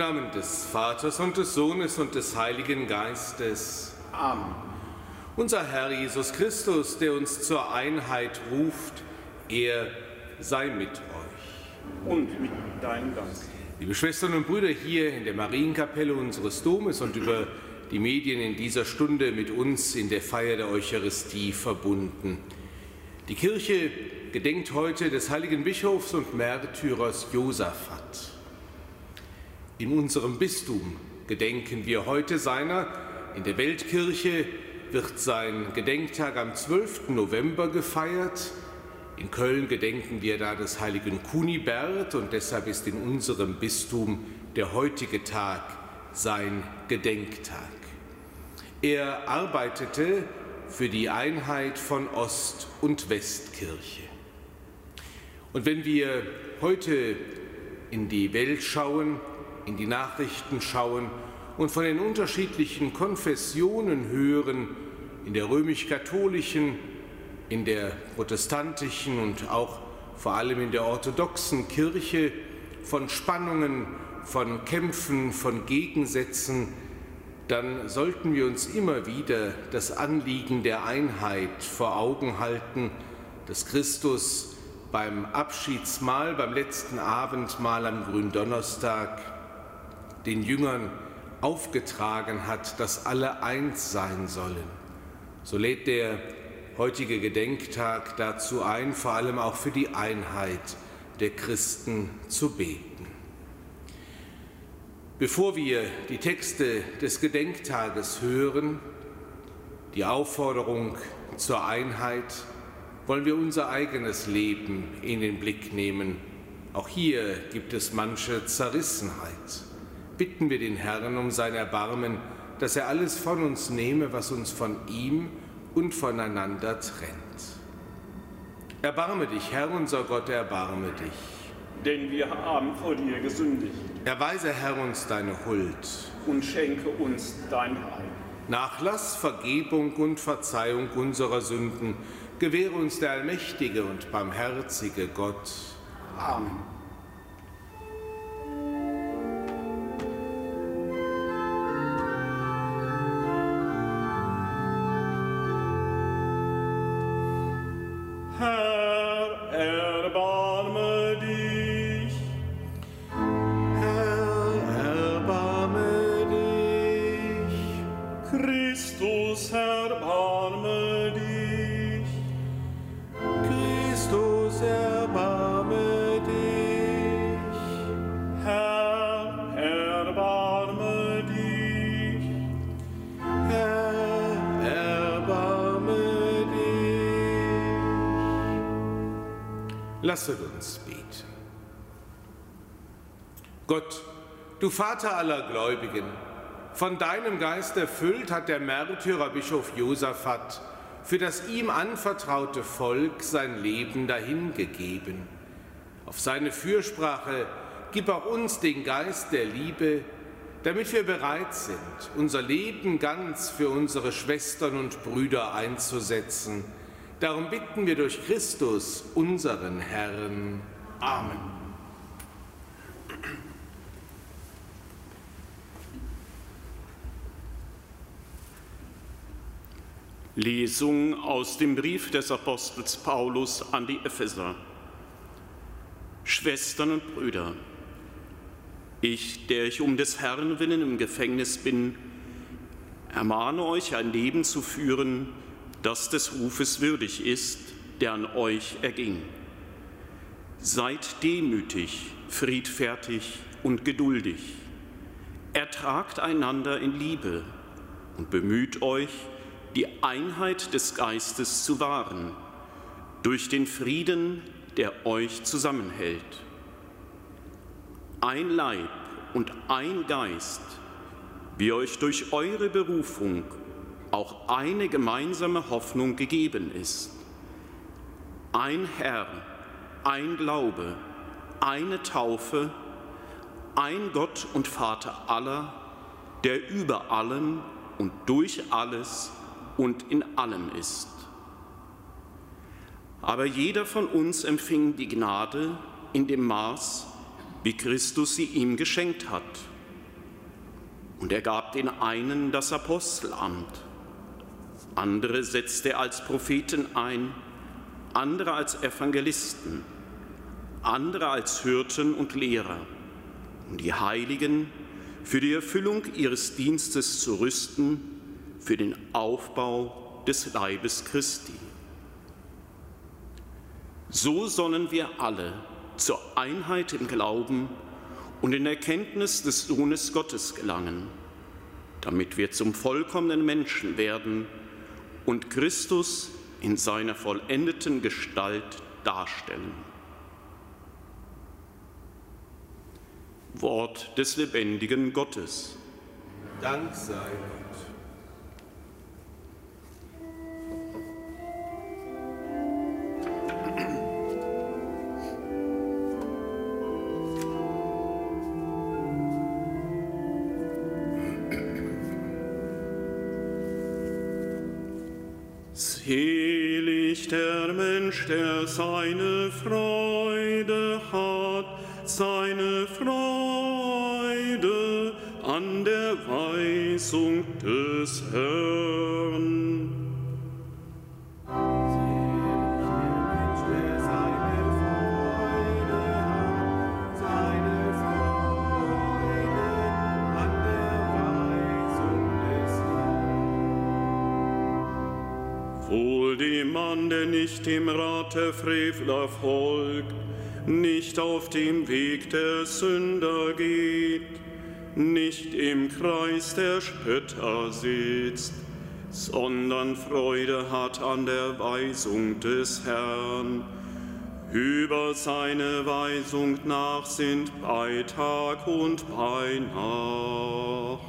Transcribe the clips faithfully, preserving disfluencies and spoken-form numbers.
Namen des Vaters und des Sohnes und des Heiligen Geistes. Amen. Unser Herr Jesus Christus, der uns zur Einheit ruft, er sei mit euch. Und mit deinem Geist. Liebe Schwestern und Brüder hier in der Marienkapelle unseres Domes und über die Medien in dieser Stunde mit uns in der Feier der Eucharistie verbunden. Die Kirche gedenkt heute des heiligen Bischofs und Märtyrers Josaphat. In unserem Bistum gedenken wir heute seiner. In der Weltkirche wird sein Gedenktag am zwölften November gefeiert. In Köln gedenken wir da des heiligen Kunibert und deshalb ist in unserem Bistum der heutige Tag sein Gedenktag. Er arbeitete für die Einheit von Ost- und Westkirche. Und wenn wir heute in die Welt schauen, in die Nachrichten schauen und von den unterschiedlichen Konfessionen hören, in der römisch-katholischen, in der protestantischen und auch vor allem in der orthodoxen Kirche, von Spannungen, von Kämpfen, von Gegensätzen, dann sollten wir uns immer wieder das Anliegen der Einheit vor Augen halten, das Christus beim Abschiedsmahl, beim letzten Abendmahl am Gründonnerstag den Jüngern aufgetragen hat, dass alle eins sein sollen. So lädt der heutige Gedenktag dazu ein, vor allem auch für die Einheit der Christen zu beten. Bevor wir die Texte des Gedenktages hören, die Aufforderung zur Einheit, wollen wir unser eigenes Leben in den Blick nehmen. Auch hier gibt es manche Zerrissenheit. Bitten wir den Herrn um sein Erbarmen, dass er alles von uns nehme, was uns von ihm und voneinander trennt. Erbarme dich, Herr unser Gott, erbarme dich. Denn wir haben vor dir gesündigt. Erweise, Herr, uns deine Huld. Und schenke uns dein Heil. Nachlass, Vergebung und Verzeihung unserer Sünden gewähre uns der allmächtige und barmherzige Gott. Amen. Herr, erbarme dich. Herr, erbarme dich. Christus, erbarme dich. Christus, erbarme dich. Herr, erbarme dich. Herr, erbarme dich. Lasset uns beten. Gott, du Vater aller Gläubigen, von deinem Geist erfüllt hat der Märtyrer Bischof Josaphat für das ihm anvertraute Volk sein Leben dahingegeben. Auf seine Fürsprache gib auch uns den Geist der Liebe, damit wir bereit sind, unser Leben ganz für unsere Schwestern und Brüder einzusetzen. Darum bitten wir durch Christus, unseren Herrn. Amen. Lesung aus dem Brief des Apostels Paulus an die Epheser. Schwestern und Brüder, ich, der ich um des Herrn willen im Gefängnis bin, ermahne euch, ein Leben zu führen, das des Rufes würdig ist, der an euch erging. Seid demütig, friedfertig und geduldig. Ertragt einander in Liebe und bemüht euch, die Einheit des Geistes zu wahren, durch den Frieden, der euch zusammenhält. Ein Leib und ein Geist, wie euch durch eure Berufung auch eine gemeinsame Hoffnung gegeben ist. Ein Herr, ein Glaube, eine Taufe, ein Gott und Vater aller, der über allem und durch alles und in allem ist. Aber jeder von uns empfing die Gnade in dem Maß, wie Christus sie ihm geschenkt hat. Und er gab den einen das Apostelamt, andere setzte er als Propheten ein, andere als Evangelisten, andere als Hirten und Lehrer, um die Heiligen für die Erfüllung ihres Dienstes zu rüsten, für den Aufbau des Leibes Christi. So sollen wir alle zur Einheit im Glauben und in der Erkenntnis des Sohnes Gottes gelangen, damit wir zum vollkommenen Menschen werden und Christus in seiner vollendeten Gestalt darstellen. Wort des lebendigen Gottes. Dank sei Gott. Selig der Mensch, der seine Freude hat, seine Freude an der Weisung des Herrn. Wohl dem Mann, der nicht dem Rat der Frevler folgt, nicht auf dem Weg der Sünder geht, nicht im Kreis der Spötter sitzt, sondern Freude hat an der Weisung des Herrn. Über seine Weisung nach sind bei Tag und bei Nacht.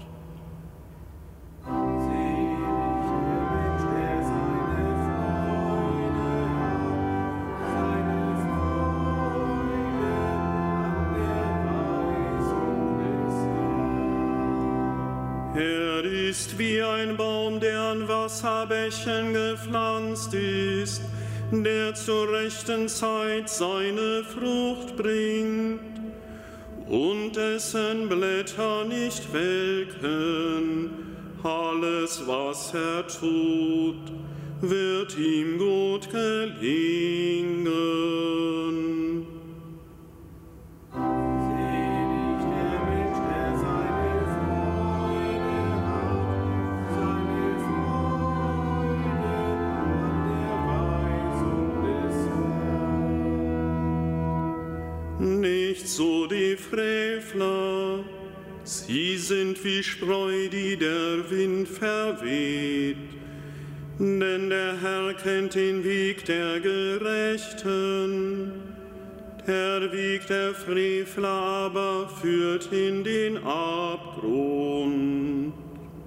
Er ist wie ein Baum, der an Wasserbächen gepflanzt ist, der zur rechten Zeit seine Frucht bringt und dessen Blätter nicht welken. Alles, was er tut, wird ihm gut gelingen. Nicht so die Frevler, sie sind wie Spreu, die der Wind verweht. Denn der Herr kennt den Weg der Gerechten, der Weg der Frevler aber führt in den Abgrund.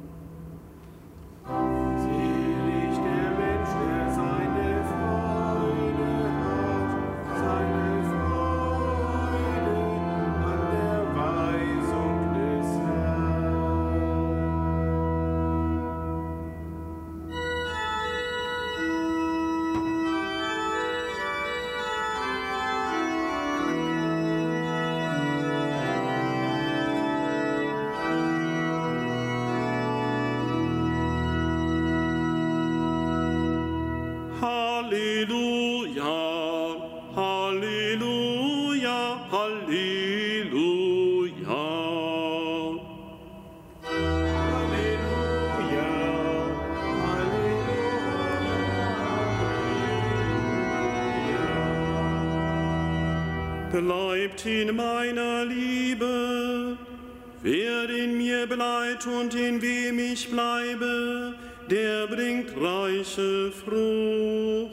Halleluja, Halleluja, Halleluja. Halleluja, Halleluja. Bleibt in meiner Liebe, wer in mir bleibt und in wem ich bleibe, der bringt reiche Frucht.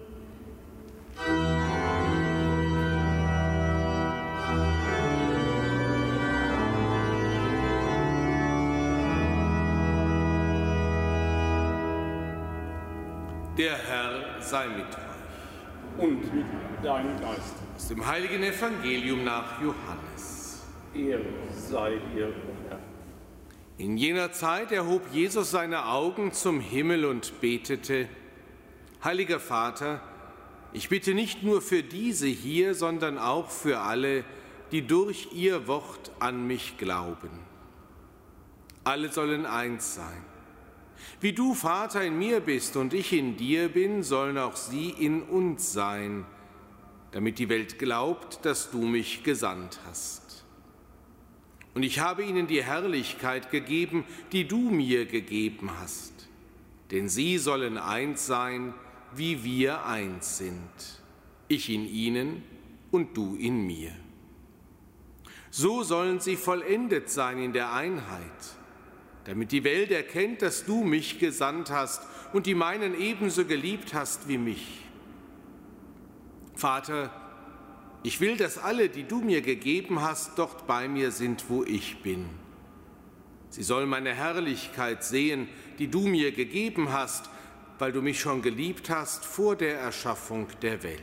Der Herr sei mit euch. Und mit deinem Geist. Aus dem heiligen Evangelium nach Johannes. Ehre sei dir, Herr. In jener Zeit erhob Jesus seine Augen zum Himmel und betete: Heiliger Vater, ich bitte nicht nur für diese hier, sondern auch für alle, die durch ihr Wort an mich glauben. Alle sollen eins sein. Wie du, Vater, in mir bist und ich in dir bin, sollen auch sie in uns sein, damit die Welt glaubt, dass du mich gesandt hast. Und ich habe ihnen die Herrlichkeit gegeben, die du mir gegeben hast, denn sie sollen eins sein, wie wir eins sind, ich in ihnen und du in mir. So sollen sie vollendet sein in der Einheit, damit die Welt erkennt, dass du mich gesandt hast und die meinen ebenso geliebt hast wie mich. Vater, ich will, dass alle, die du mir gegeben hast, dort bei mir sind, wo ich bin. Sie sollen meine Herrlichkeit sehen, die du mir gegeben hast, weil du mich schon geliebt hast vor der Erschaffung der Welt.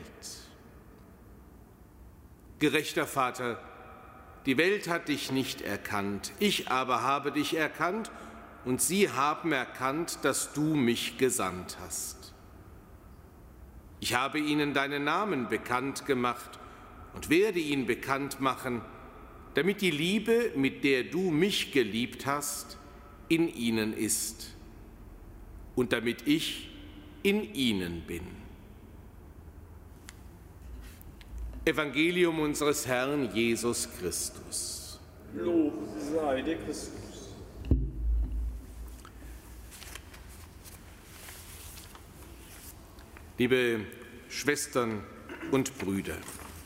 Gerechter Vater, die Welt hat dich nicht erkannt, ich aber habe dich erkannt und sie haben erkannt, dass du mich gesandt hast. Ich habe ihnen deinen Namen bekannt gemacht und werde ihn bekannt machen, damit die Liebe, mit der du mich geliebt hast, in ihnen ist und damit ich in ihnen bin. Evangelium unseres Herrn Jesus Christus. Lob sei dir Christus. Liebe Schwestern und Brüder,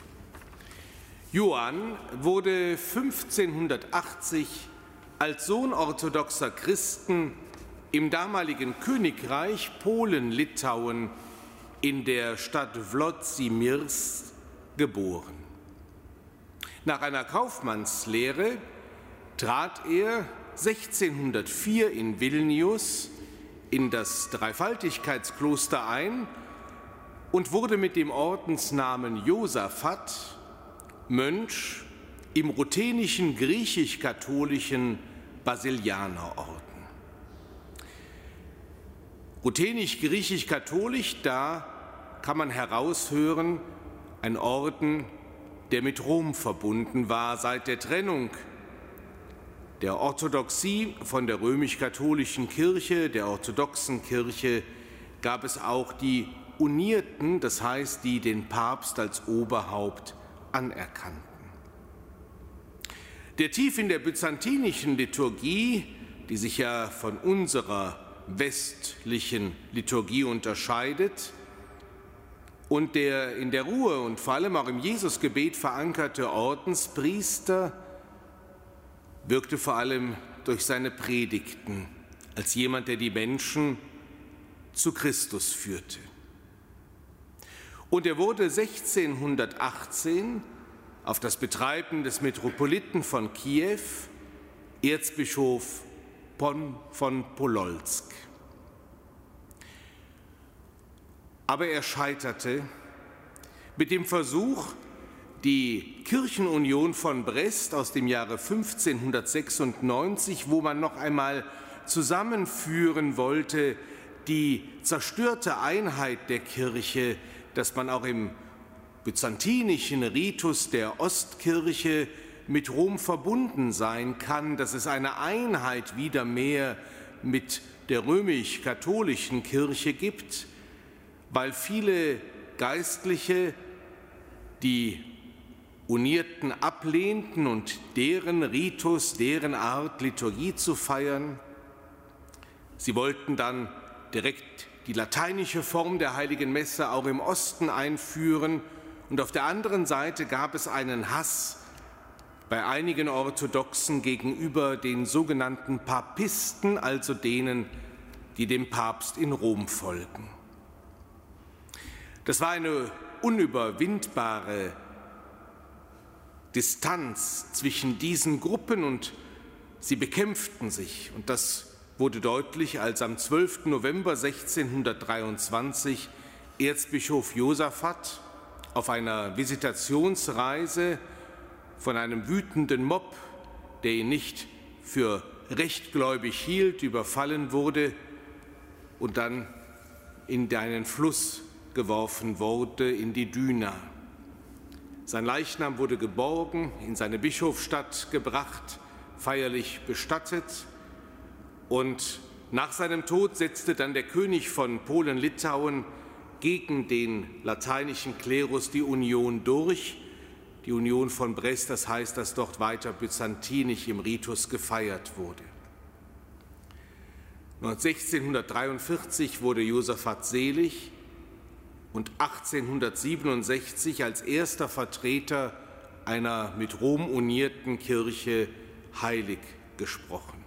Johann wurde fünfzehnhundertachtzig als Sohn orthodoxer Christen im damaligen Königreich Polen-Litauen in der Stadt Włodzimierz geboren. Nach einer Kaufmannslehre trat er sechzehnhundertvier in Vilnius in das Dreifaltigkeitskloster ein und wurde mit dem Ordensnamen Josaphat Mönch im ruthenischen griechisch-katholischen Basilianerorden. Ruthenisch-griechisch-katholisch, da kann man heraushören, ein Orden, der mit Rom verbunden war. Seit der Trennung der Orthodoxie von der römisch-katholischen Kirche, der orthodoxen Kirche, gab es auch die Unierten, das heißt, die den Papst als Oberhaupt anerkannten. Der tief in der byzantinischen Liturgie, die sich ja von unserer westlichen Liturgie unterscheidet, und der in der Ruhe und vor allem auch im Jesusgebet verankerte Ordenspriester wirkte vor allem durch seine Predigten als jemand, der die Menschen zu Christus führte. Und er wurde sechzehnhundertachtzehn auf das Betreiben des Metropoliten von Kiew Erzbischof von Pololsk. Aber er scheiterte mit dem Versuch, die Kirchenunion von Brest aus dem Jahre fünfzehnhundertsechsundneunzig, wo man noch einmal zusammenführen wollte, die zerstörte Einheit der Kirche, dass man auch im byzantinischen Ritus der Ostkirche mit Rom verbunden sein kann, dass es eine Einheit wieder mehr mit der römisch-katholischen Kirche gibt, weil viele Geistliche die Unierten ablehnten und deren Ritus, deren Art, Liturgie zu feiern. Sie wollten dann direkt die lateinische Form der Heiligen Messe auch im Osten einführen. Und auf der anderen Seite gab es einen Hass bei einigen Orthodoxen gegenüber den sogenannten Papisten, also denen, die dem Papst in Rom folgen. Das war eine unüberwindbare Distanz zwischen diesen Gruppen und sie bekämpften sich. Und das wurde deutlich, als am zwölften November sechzehnhundertdreiundzwanzig Erzbischof Josaphat auf einer Visitationsreise von einem wütenden Mob, der ihn nicht für rechtgläubig hielt, überfallen wurde und dann in einen Fluss geworfen wurde, in die Düna. Sein Leichnam wurde geborgen, in seine Bischofsstadt gebracht, feierlich bestattet Und nach seinem Tod setzte dann der König von Polen-Litauen gegen den lateinischen Klerus die Union durch, die Union von Brest, das heißt, dass dort weiter byzantinisch im Ritus gefeiert wurde. sechzehnhundertdreiundvierzig wurde Josaphat selig und achtzehnhundertsiebenundsechzig als erster Vertreter einer mit Rom unierten Kirche heilig gesprochen.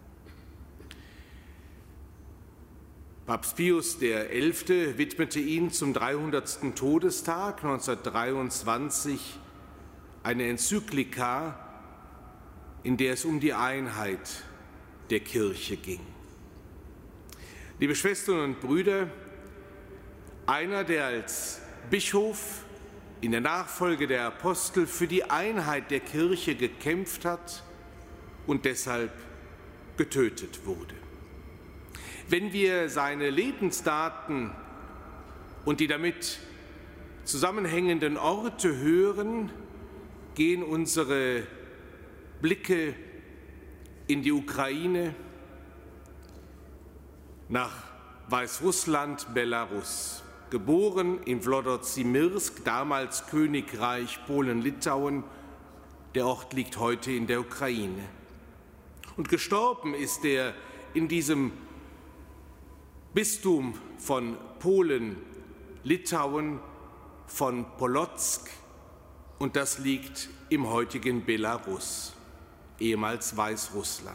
Papst Pius der Elfte widmete ihn zum dreihundertsten Todestag neunzehnhundertdreiundzwanzig eine Enzyklika, in der es um die Einheit der Kirche ging. Liebe Schwestern und Brüder, einer, der als Bischof in der Nachfolge der Apostel für die Einheit der Kirche gekämpft hat und deshalb getötet wurde. Wenn wir seine Lebensdaten und die damit zusammenhängenden Orte hören, gehen unsere Blicke in die Ukraine, nach Weißrussland, Belarus. Geboren in Wlodozymirsk, damals Königreich Polen-Litauen. Der Ort liegt heute in der Ukraine. Und gestorben ist er in diesem Bistum von Polen-Litauen, von Polotsk, und das liegt im heutigen Belarus, ehemals Weißrussland.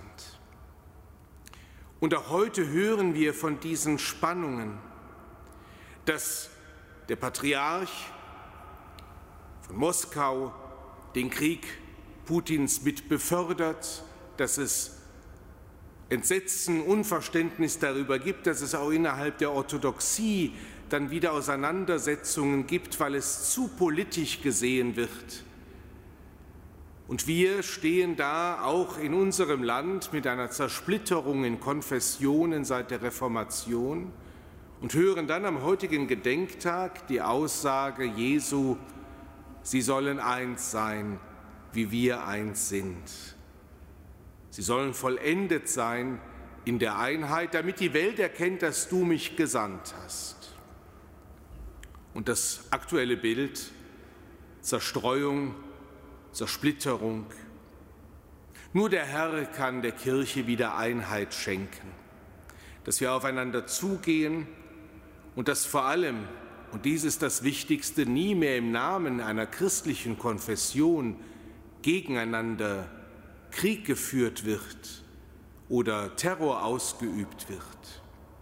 Und auch heute hören wir von diesen Spannungen, dass der Patriarch von Moskau den Krieg Putins mit befördert, dass es Entsetzen, Unverständnis darüber gibt, dass es auch innerhalb der Orthodoxie dann wieder Auseinandersetzungen gibt, weil es zu politisch gesehen wird. Und wir stehen da auch in unserem Land mit einer Zersplitterung in Konfessionen seit der Reformation und hören dann am heutigen Gedenktag die Aussage Jesu, sie sollen eins sein, wie wir eins sind. Sie sollen vollendet sein in der Einheit, damit die Welt erkennt, dass du mich gesandt hast. Und das aktuelle Bild, Zerstreuung, Zersplitterung. Nur der Herr kann der Kirche wieder Einheit schenken, dass wir aufeinander zugehen und dass vor allem, und dies ist das Wichtigste, nie mehr im Namen einer christlichen Konfession gegeneinander Krieg geführt wird oder Terror ausgeübt wird.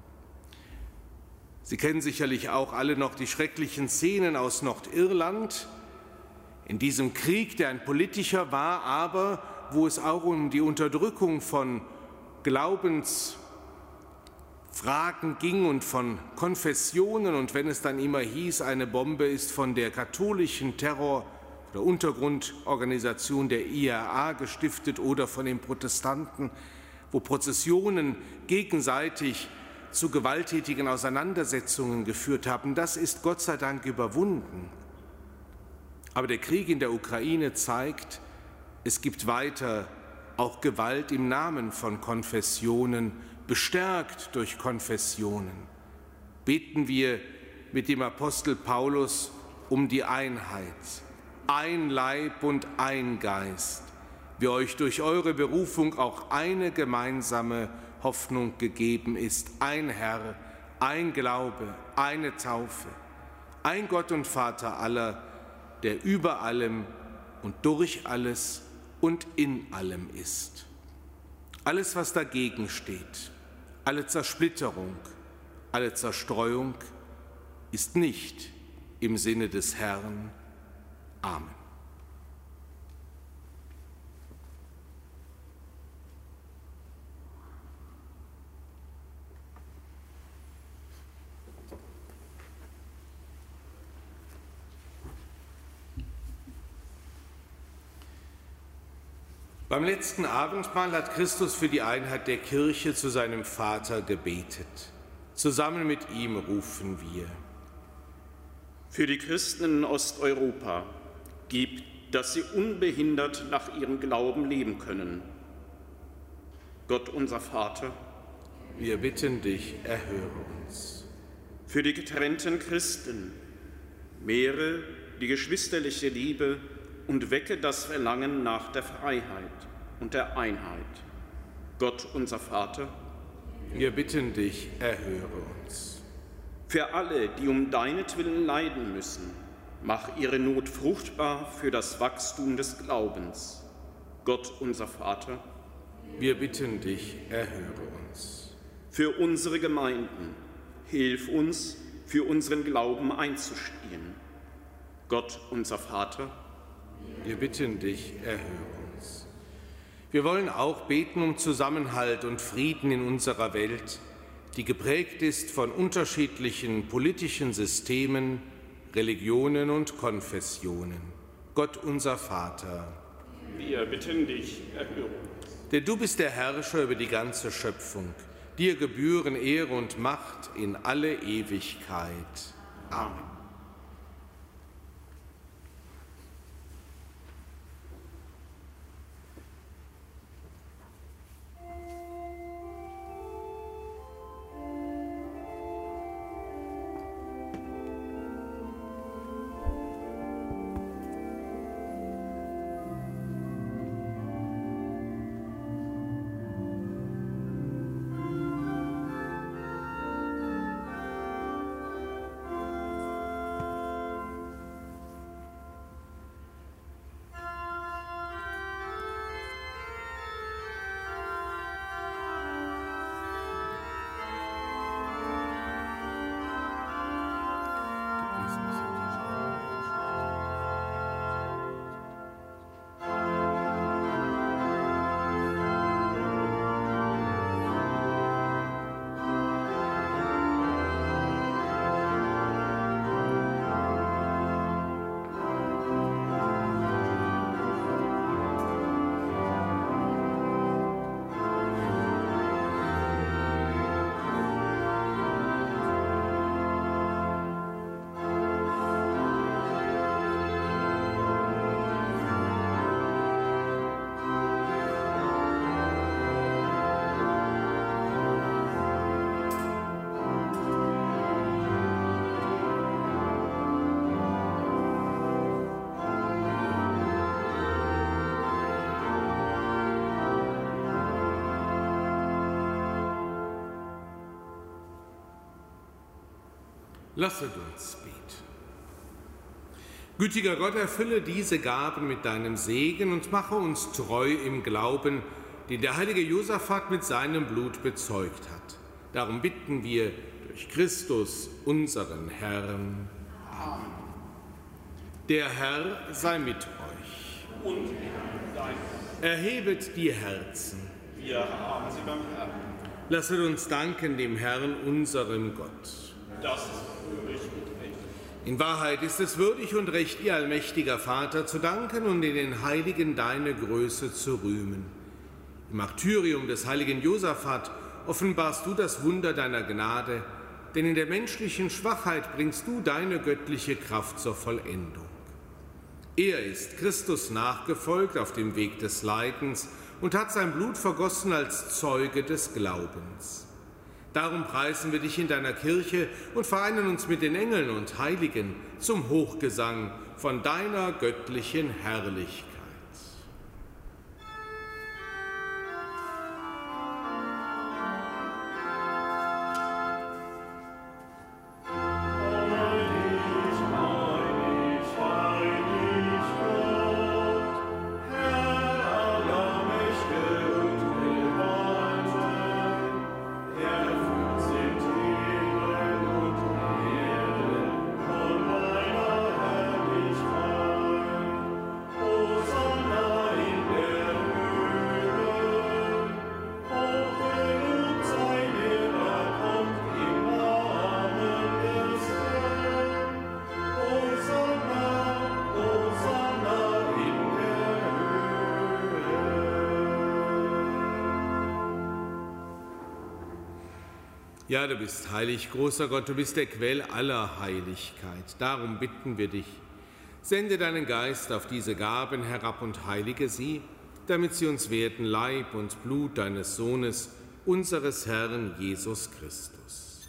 Sie kennen sicherlich auch alle noch die schrecklichen Szenen aus Nordirland, in diesem Krieg, der ein politischer war, aber wo es auch um die Unterdrückung von Glaubensfragen ging und von Konfessionen. Und wenn es dann immer hieß, eine Bombe ist von der katholischen Terror- oder Untergrundorganisation der I R A gestiftet oder von den Protestanten, wo Prozessionen gegenseitig zu gewalttätigen Auseinandersetzungen geführt haben, das ist Gott sei Dank überwunden. Aber der Krieg in der Ukraine zeigt, es gibt weiter auch Gewalt im Namen von Konfessionen, bestärkt durch Konfessionen. Beten wir mit dem Apostel Paulus um die Einheit. Ein Leib und ein Geist, wie euch durch eure Berufung auch eine gemeinsame Hoffnung gegeben ist, ein Herr, ein Glaube, eine Taufe, ein Gott und Vater aller, der über allem und durch alles und in allem ist. Alles, was dagegen steht, alle Zersplitterung, alle Zerstreuung, ist nicht im Sinne des Herrn. Amen. Beim letzten Abendmahl hat Christus für die Einheit der Kirche zu seinem Vater gebetet. Zusammen mit ihm rufen wir. Für die Christen in Osteuropa gib, dass sie unbehindert nach ihrem Glauben leben können. Gott unser Vater, Wir bitten dich, erhöre uns. Für die getrennten Christen mehre die geschwisterliche Liebe und wecke das Verlangen nach der Freiheit und der Einheit. Gott, unser Vater, wir bitten dich, erhöre uns. Für alle, die um deinetwillen leiden müssen, mach ihre Not fruchtbar für das Wachstum des Glaubens. Gott, unser Vater, wir bitten dich, erhöre uns. Für unsere Gemeinden, hilf uns, für unseren Glauben einzustehen. Gott, unser Vater, wir bitten dich, erhöre uns. Wir wollen auch beten um Zusammenhalt und Frieden in unserer Welt, die geprägt ist von unterschiedlichen politischen Systemen, Religionen und Konfessionen. Gott, unser Vater, wir bitten dich, erhöre uns. Denn du bist der Herrscher über die ganze Schöpfung. Dir gebühren Ehre und Macht in alle Ewigkeit. Amen. Lasset uns beten. Gütiger Gott, erfülle diese Gaben mit deinem Segen und mache uns treu im Glauben, den der heilige Josaphat mit seinem Blut bezeugt hat. Darum bitten wir durch Christus, unseren Herrn. Amen. Der Herr sei mit euch. Und mit deinem. Erhebet die Herzen. Wir haben sie beim Herrn. Lasset uns danken dem Herrn, unserem Gott. Das ist würdig und recht. In Wahrheit ist es würdig und recht, ihr allmächtiger Vater, zu danken und in den Heiligen deine Größe zu rühmen. Im Martyrium des heiligen Josaphat offenbarst du das Wunder deiner Gnade, denn in der menschlichen Schwachheit bringst du deine göttliche Kraft zur Vollendung. Er ist Christus nachgefolgt auf dem Weg des Leidens und hat sein Blut vergossen als Zeuge des Glaubens. Darum preisen wir dich in deiner Kirche und vereinen uns mit den Engeln und Heiligen zum Hochgesang von deiner göttlichen Herrlichkeit. Ja, du bist heilig, großer Gott, du bist der Quell aller Heiligkeit. Darum bitten wir dich, sende deinen Geist auf diese Gaben herab und heilige sie, damit sie uns werden Leib und Blut deines Sohnes, unseres Herrn Jesus Christus.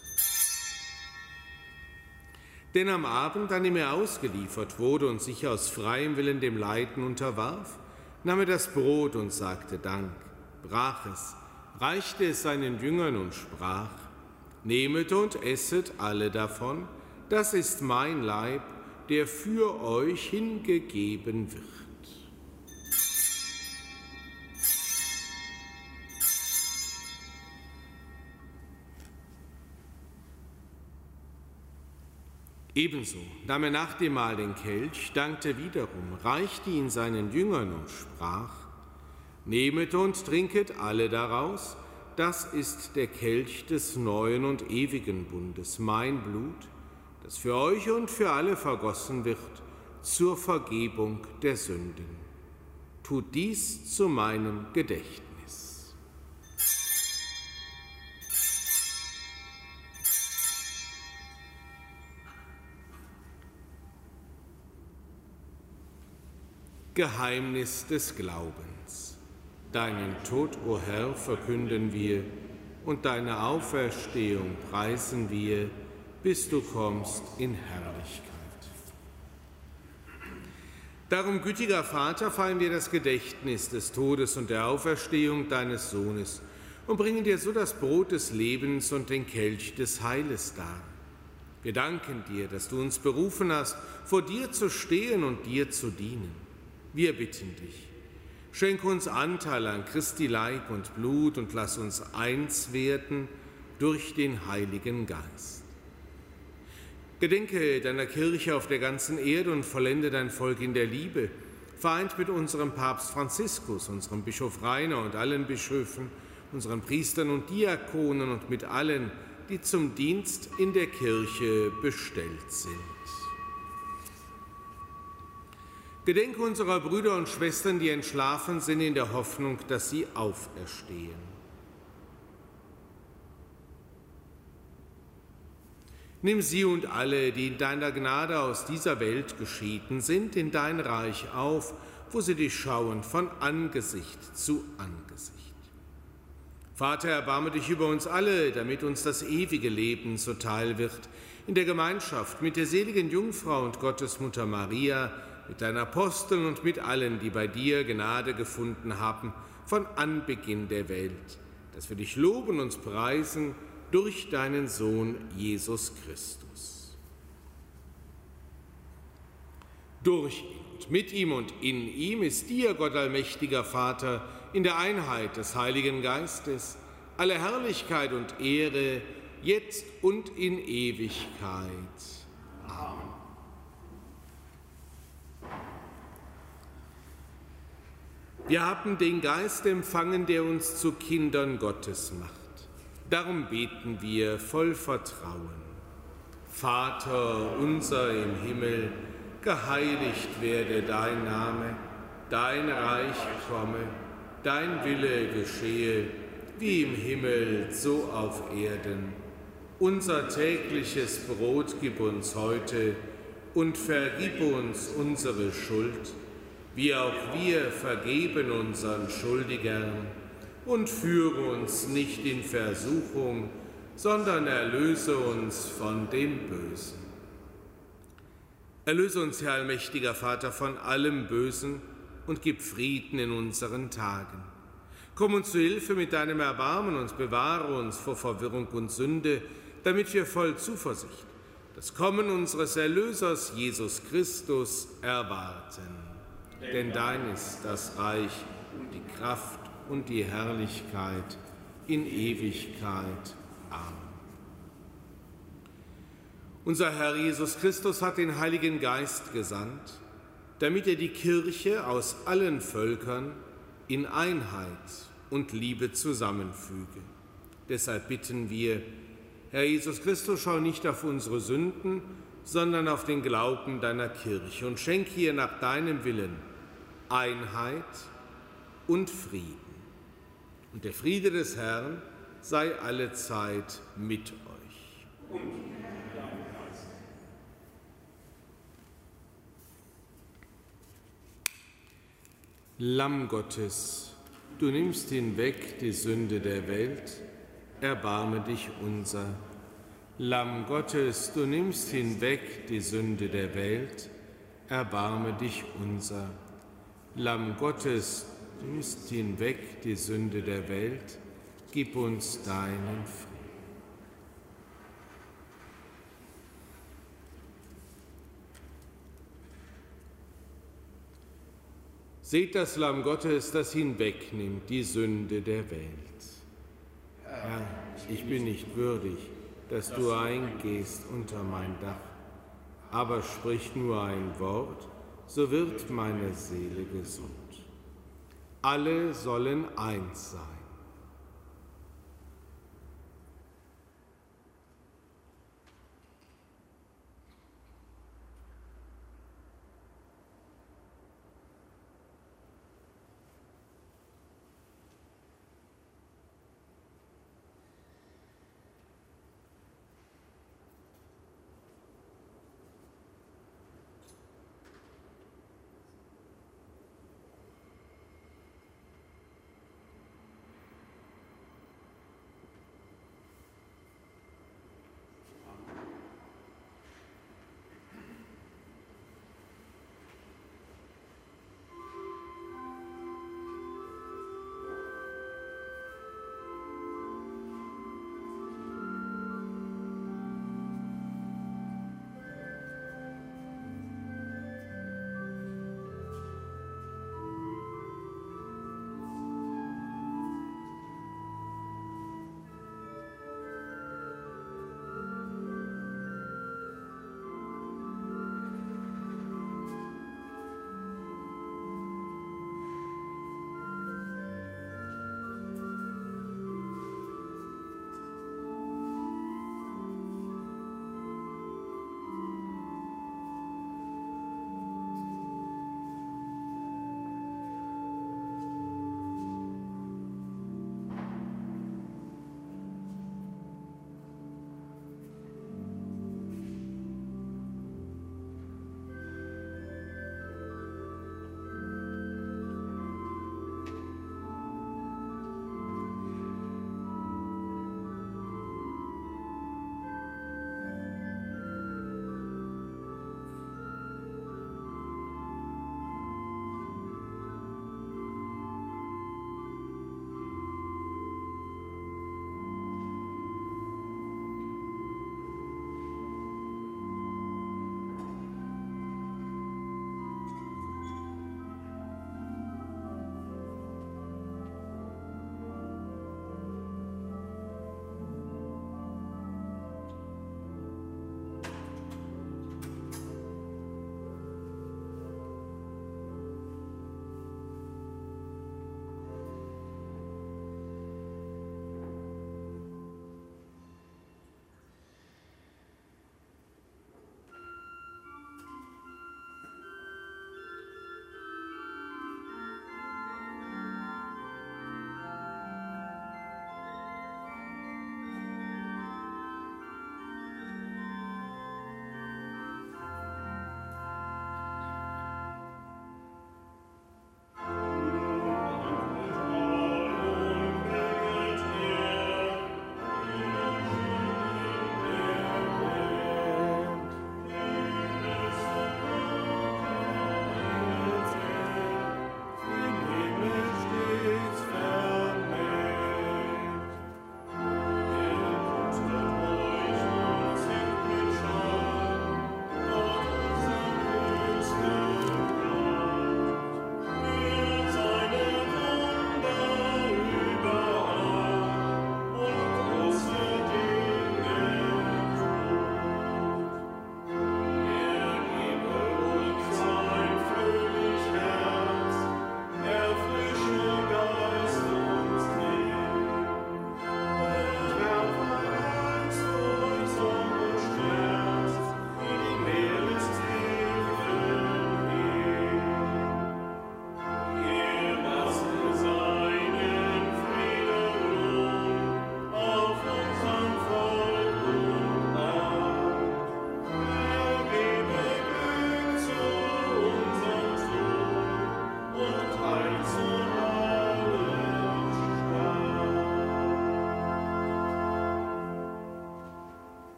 Denn am Abend, an dem er ausgeliefert wurde und sich aus freiem Willen dem Leiden unterwarf, nahm er das Brot und sagte Dank, brach es, reichte es seinen Jüngern und sprach: Nehmet und esset alle davon, das ist mein Leib, der für euch hingegeben wird. Ebenso nahm er nach dem Mahl den Kelch, dankte wiederum, reichte ihn seinen Jüngern und sprach: Nehmet und trinket alle daraus, das ist der Kelch des neuen und ewigen Bundes, mein Blut, das für euch und für alle vergossen wird zur Vergebung der Sünden. Tut dies zu meinem Gedächtnis. Geheimnis des Glaubens. Deinen Tod, o Herr, verkünden wir, und deine Auferstehung preisen wir, bis du kommst in Herrlichkeit. Darum, gütiger Vater, feiern wir das Gedächtnis des Todes und der Auferstehung deines Sohnes und bringen dir so das Brot des Lebens und den Kelch des Heiles dar. Wir danken dir, dass du uns berufen hast, vor dir zu stehen und dir zu dienen. Wir bitten dich, schenke uns Anteil an Christi Leib und Blut und lass uns eins werden durch den Heiligen Geist. Gedenke deiner Kirche auf der ganzen Erde und vollende dein Volk in der Liebe, vereint mit unserem Papst Franziskus, unserem Bischof Rainer und allen Bischöfen, unseren Priestern und Diakonen und mit allen, die zum Dienst in der Kirche bestellt sind. Gedenke unserer Brüder und Schwestern, die entschlafen sind, in der Hoffnung, dass sie auferstehen. Nimm sie und alle, die in deiner Gnade aus dieser Welt geschieden sind, in dein Reich auf, wo sie dich schauen von Angesicht zu Angesicht. Vater, erbarme dich über uns alle, damit uns das ewige Leben zuteil wird, in der Gemeinschaft mit der seligen Jungfrau und Gottesmutter Maria, mit deinen Aposteln und mit allen, die bei dir Gnade gefunden haben, von Anbeginn der Welt, dass wir dich loben und preisen durch deinen Sohn Jesus Christus. Durch ihn und mit ihm und in ihm ist dir, Gott allmächtiger Vater, in der Einheit des Heiligen Geistes, alle Herrlichkeit und Ehre, jetzt und in Ewigkeit. Amen. Wir haben den Geist empfangen, der uns zu Kindern Gottes macht. Darum beten wir voll Vertrauen. Vater unser im Himmel, geheiligt werde dein Name, dein Reich komme, dein Wille geschehe, wie im Himmel, so auf Erden. Unser tägliches Brot gib uns heute und vergib uns unsere Schuld, wie auch wir vergeben unseren Schuldigern, und führe uns nicht in Versuchung, sondern erlöse uns von dem Bösen. Erlöse uns, Herr allmächtiger Vater, von allem Bösen und gib Frieden in unseren Tagen. Komm uns zu Hilfe mit deinem Erbarmen und bewahre uns vor Verwirrung und Sünde, damit wir voll Zuversicht das Kommen unseres Erlösers Jesus Christus erwarten. Denn dein ist das Reich und die Kraft und die Herrlichkeit in Ewigkeit. Amen. Unser Herr Jesus Christus hat den Heiligen Geist gesandt, damit er die Kirche aus allen Völkern in Einheit und Liebe zusammenfüge. Deshalb bitten wir, Herr Jesus Christus, schau nicht auf unsere Sünden, sondern auf den Glauben deiner Kirche und schenke ihr nach deinem Willen Einheit und Frieden. Und der Friede des Herrn sei allezeit mit euch. Lamm Gottes, du nimmst hinweg die Sünde der Welt, erbarme dich unser. Lamm Gottes, du nimmst hinweg die Sünde der Welt, erbarme dich unser. Lamm Gottes, du nimmst hinweg die Sünde der Welt, gib uns deinen Frieden. Seht das Lamm Gottes, das hinwegnimmt die Sünde der Welt. Herr, ich bin nicht würdig, dass du eingehst unter mein Dach, aber sprich nur ein Wort, so wird meine Seele gesund. Alle sollen eins sein.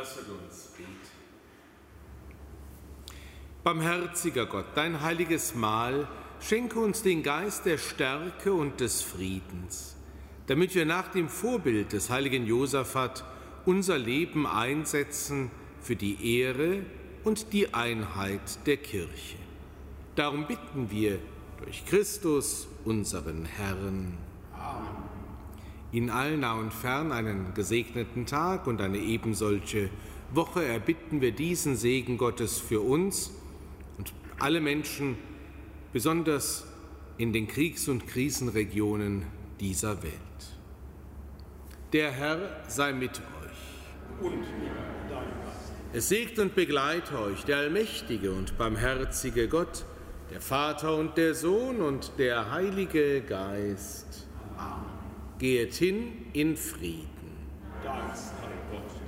Lasset uns beten. Barmherziger Gott, dein heiliges Mahl schenke uns den Geist der Stärke und des Friedens, damit wir nach dem Vorbild des heiligen Josaphat unser Leben einsetzen für die Ehre und die Einheit der Kirche. Darum bitten wir durch Christus, unseren Herrn. Amen. In all nah und fern einen gesegneten Tag und eine ebensolche Woche erbitten wir diesen Segen Gottes für uns und alle Menschen, besonders in den Kriegs- und Krisenregionen dieser Welt. Der Herr sei mit euch. Und mit deinem Geist. Es segne und begleite euch der allmächtige und barmherzige Gott, der Vater und der Sohn und der Heilige Geist. Amen. Geht hin in Frieden. Dank sei Gott.